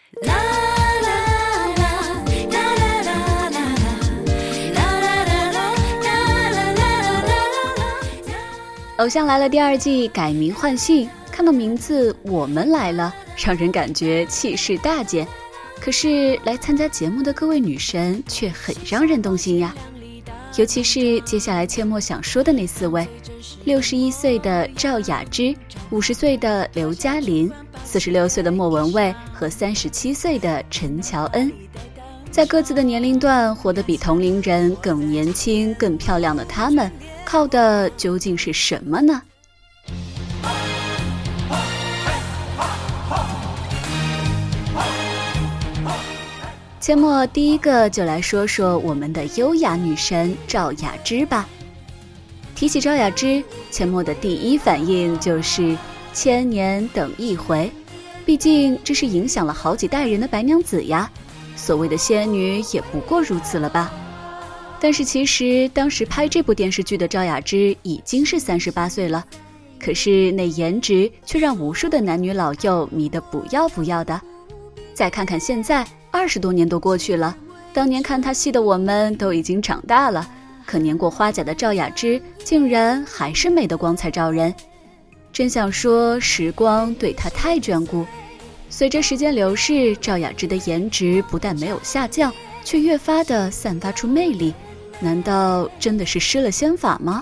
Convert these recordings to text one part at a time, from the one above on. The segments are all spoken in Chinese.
偶像来了第2季改名换姓，看到名字我们来了，让人感觉气势大减。可是来参加节目的各位女神却很让人动心呀，尤其是接下来阡陌想说的那4位：61岁的赵雅芝，50岁的刘嘉玲，46岁的莫文蔚和37岁的陈乔恩。在各自的年龄段活得比同龄人更年轻、更漂亮的她们，靠的究竟是什么呢？阡陌第一个就来说说我们的优雅女神赵雅芝吧。提起赵雅芝，阡陌的第一反应就是千年等一回，毕竟这是影响了好几代人的白娘子呀，所谓的仙女也不过如此了吧。但是其实当时拍这部电视剧的赵雅芝已经是38岁了，可是那颜值却让无数的男女老幼迷得不要不要的。再看看现在，20多年都过去了，当年看她戏的我们都已经长大了，可年过花甲的赵雅芝竟然还是美得光彩照人。真想说时光对她太眷顾，随着时间流逝，赵雅芝的颜值不但没有下降，却越发的散发出魅力。难道真的是施了仙法吗？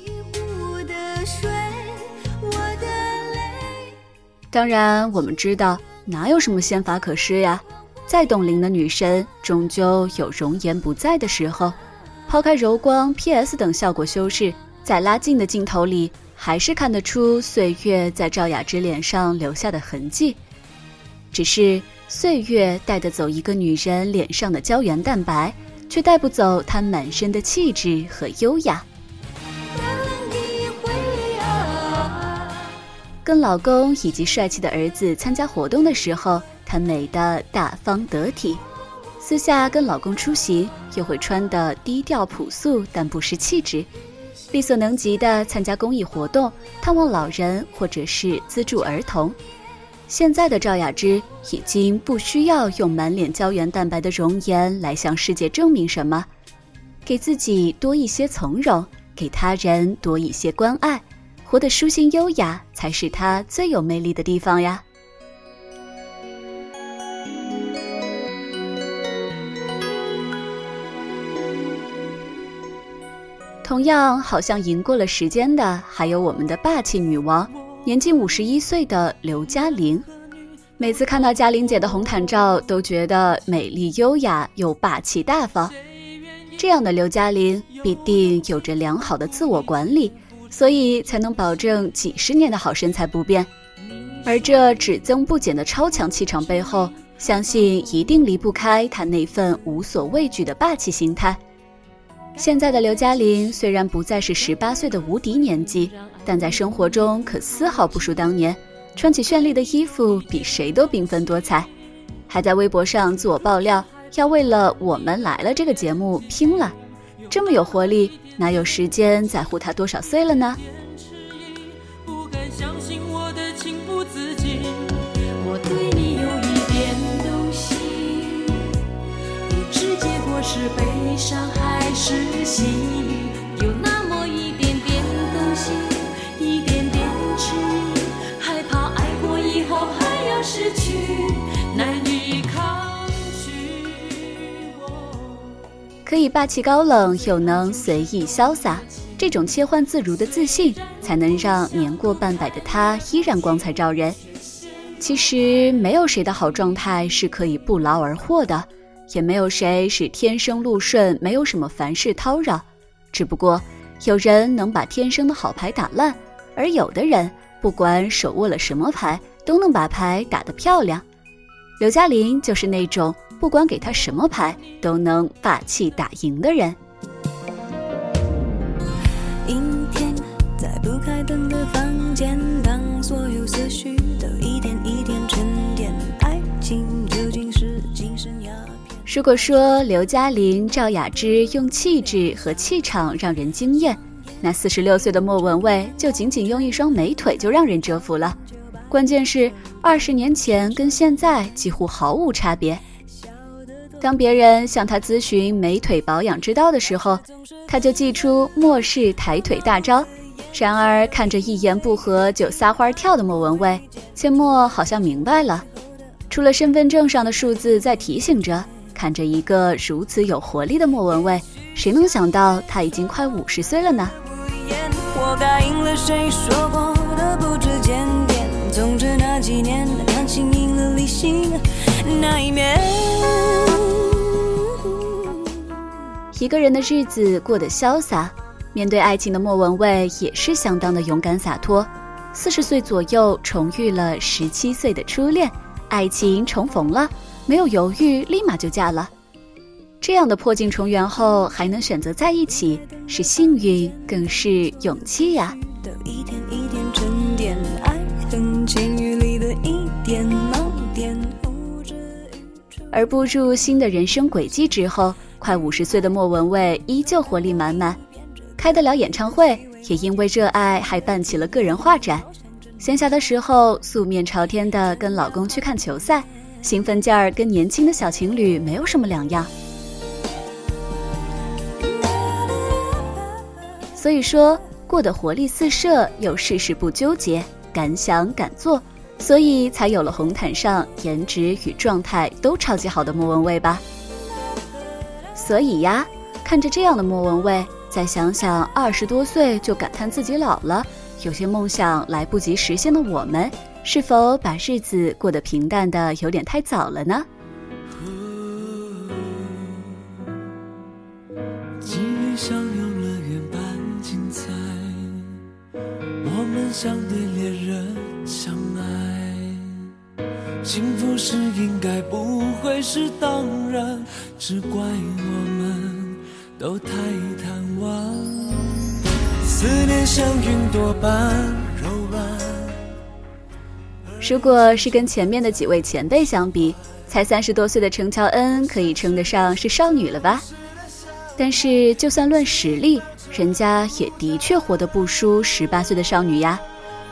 当然我们知道哪有什么仙法可施呀，再懂龄的女神终究有容颜不在的时候，抛开柔光 PS 等效果修饰，在拉近的镜头里还是看得出岁月在赵雅芝脸上留下的痕迹。只是岁月带得走一个女人脸上的胶原蛋白，却带不走她满身的气质和优雅。跟老公以及帅气的儿子参加活动的时候，她美得大方得体；私下跟老公出行，又会穿得低调朴素，但不失气质。力所能及的参加公益活动，探望老人或者是资助儿童。现在的赵雅芝已经不需要用满脸胶原蛋白的容颜来向世界证明什么，给自己多一些从容，给他人多一些关爱，活得舒心优雅才是她最有魅力的地方呀。同样好像赢过了时间的还有我们的霸气女王，年近51岁的刘嘉玲。每次看到嘉玲姐的红毯照，都觉得美丽优雅又霸气大方。这样的刘嘉玲必定有着良好的自我管理，所以才能保证几十年的好身材不变。而这只增不减的超强气场背后，相信一定离不开她那份无所畏惧的霸气心态。现在的刘嘉玲虽然不再是18岁的无敌年纪，但在生活中可丝毫不输当年，穿起绚丽的衣服比谁都缤纷多彩，还在微博上自我爆料要为了我们来了这个节目拼了。这么有活力，哪有时间在乎她多少岁了呢？ 不敢相信我的情不自禁，我对你有一点动心，不知结果是悲伤还是喜，有那么一点点动心，一点点痴迷，害怕爱过以后还要失去，难以抗拒。 可以霸气高冷，又能随意潇洒，这种切换自如的自信，才能让年过半百的她依然光彩照人。其实没有谁的好状态是可以不劳而获的，也没有谁是天生路顺，没有什么凡事叨扰。只不过有人能把天生的好牌打烂，而有的人不管手握了什么牌，都能把牌打得漂亮。刘嘉玲就是那种不管给她什么牌都能霸气打赢的人。 阴天在不开灯的房间，当所有思绪都一点一点沉淀，爱情究竟是精神鸦片。 如果说刘嘉玲、赵雅芝用气质和气场让人惊艳，那46岁的莫文蔚就仅仅用一双美腿就让人折服了。关键是 20年前跟现在几乎毫无差别。当别人向他咨询美腿保养之道的时候，他就祭出末世抬腿大招。然而看着一言不合就撒欢跳的莫文蔚，阡陌好像明白了，除了身份证上的数字在提醒着，看着一个如此有活力的莫文蔚，谁能想到他已经快50岁了呢？ 我答应了谁说过的不止检点，总之那几年感情赢了理性那一面。 一个人的日子过得潇洒，面对爱情的莫文蔚也是相当的勇敢洒脱。40岁左右重遇了17岁的初恋，爱情重逢了，没有犹豫，立马就嫁了。这样的破镜重圆后还能选择在一起，是幸运，更是勇气呀。 都一点一点沉淀，爱恨情欲里的一点盲点。 而步入新的人生轨迹之后，快50岁的莫文蔚依旧活力满满，开得了演唱会，也因为热爱还办起了个人画展。闲暇的时候素面朝天的跟老公去看球赛，兴奋劲儿跟年轻的小情侣没有什么两样。所以说，过得活力四射，又事事不纠结，敢想敢做，所以才有了红毯上颜值与状态都超级好的莫文蔚吧。所以呀，看着这样的莫文蔚，再想想20多岁就感叹自己老了，有些梦想来不及实现的我们，是否把日子过得平淡的有点太早了呢？ 机遇像游乐园般精彩，我们像对恋人相爱，幸福是应该不会是当然，只怪我们都太贪玩，思念像云朵般柔软。 如果是跟前面的几位前辈相比，才30多岁的程乔恩可以称得上是少女了吧？但是就算论实力，人家也的确活得不输18岁的少女呀。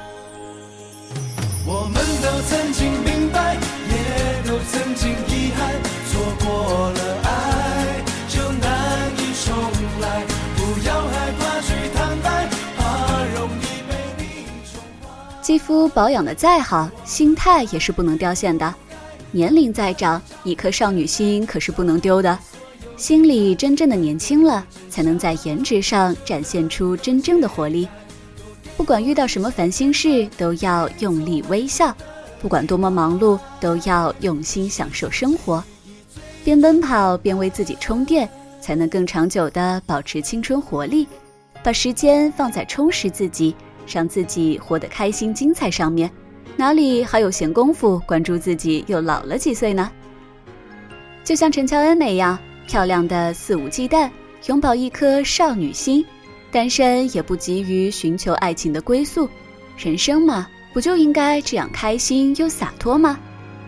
我们都曾经明白，也都曾经遗憾，错过了爱就难以重来，不要害怕去坦白，怕容易被你宠坏。 肌肤保养的再好，心态也是不能掉线的。年龄再长，一颗少女心可是不能丢的。心里真正的年轻了，才能在颜值上展现出真正的活力。不管遇到什么烦心事，都要用力微笑；不管多么忙碌，都要用心享受生活。边奔跑边为自己充电，才能更长久地保持青春活力。把时间放在充实自己，让自己活得开心精彩上面，哪里还有闲工夫关注自己又老了几岁呢？就像陈乔恩那样，漂亮的肆无忌惮，拥抱一颗少女心，单身也不急于寻求爱情的归宿。人生嘛，不就应该这样开心又洒脱吗？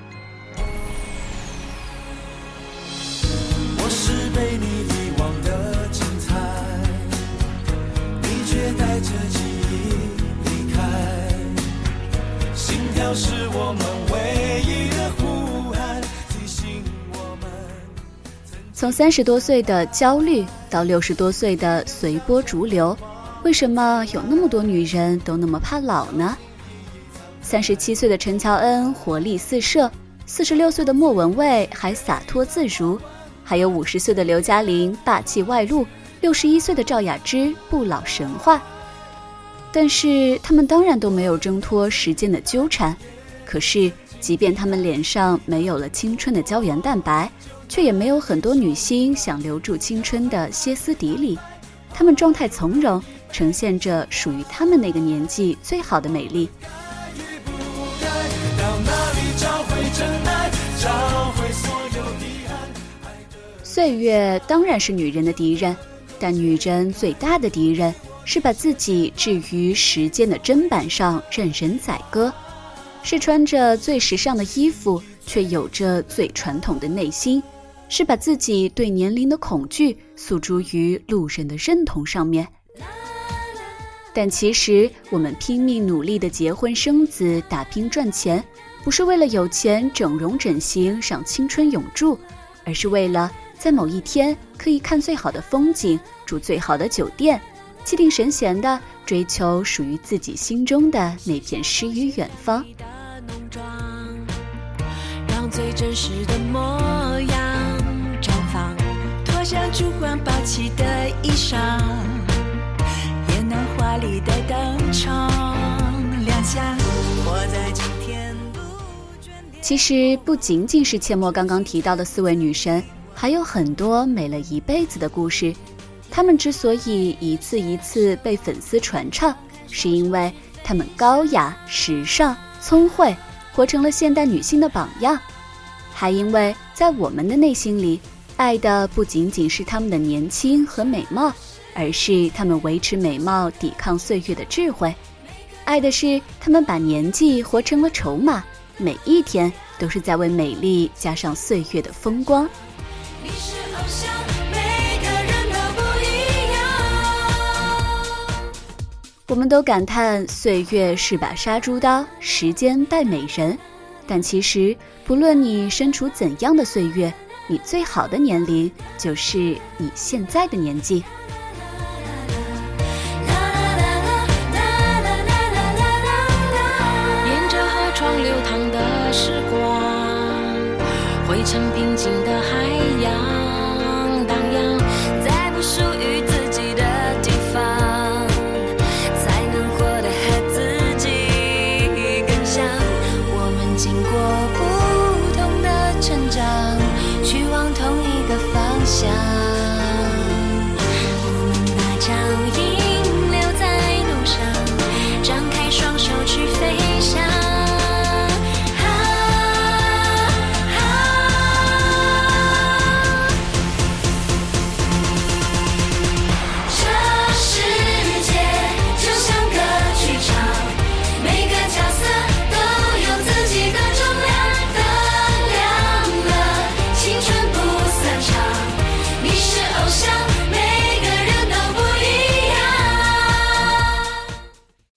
我是被你遗忘的精彩，你却带着记忆离开，心跳是我们唯一的呼喊，提醒我们。 从30多岁的焦虑到60多岁的随波逐流，为什么有那么多女人都那么怕老呢？37岁的陈乔恩活力四射，46岁的莫文蔚还洒脱自如，还有50岁的刘嘉玲霸气外露，61岁的赵雅芝不老神话。但是他们当然都没有挣脱时间的纠缠，可是即便他们脸上没有了青春的胶原蛋白，却也没有很多女星想留住青春的歇斯底里。他们状态从容，呈现着属于他们那个年纪最好的美丽。岁月当然是女人的敌人，但女人最大的敌人是把自己置于时间的砧板上任人宰割，是穿着最时尚的衣服却有着最传统的内心，是把自己对年龄的恐惧诉诸于路人的认同上面。但其实我们拼命努力的结婚生子，打拼赚钱， 不是为了有钱整容整形赏青春永驻，而是为了在某一天可以看最好的风景，住最好的酒店，气定神闲地追求属于自己心中的那片诗与远方。 让最真实的模样绽放，脱下烛光宝气的衣裳，也能华丽的登场亮相。我在今天不倦地。 其实不仅仅是阡陌刚刚提到的4位女神，还有很多美了一辈子的故事。她们之所以一次一次被粉丝传唱，是因为她们高雅、时尚、聪慧，活成了现代女性的榜样。还因为在我们的内心里，爱的不仅仅是她们的年轻和美貌，而是她们维持美貌、抵抗岁月的智慧。爱的是她们把年纪活成了筹码，每一天都是在为美丽加上岁月的风光。 你是偶像，每个人都不一样。 我们都感叹岁月是把杀猪刀，时间败美人，但其实不论你身处怎样的岁月，你最好的年龄就是你现在的年纪。 沿着河床流淌的时光，汇成平静的海洋，荡漾在不属于自己的地方，才能活得和自己更像。我们经过不同的成长，去往同一个方向。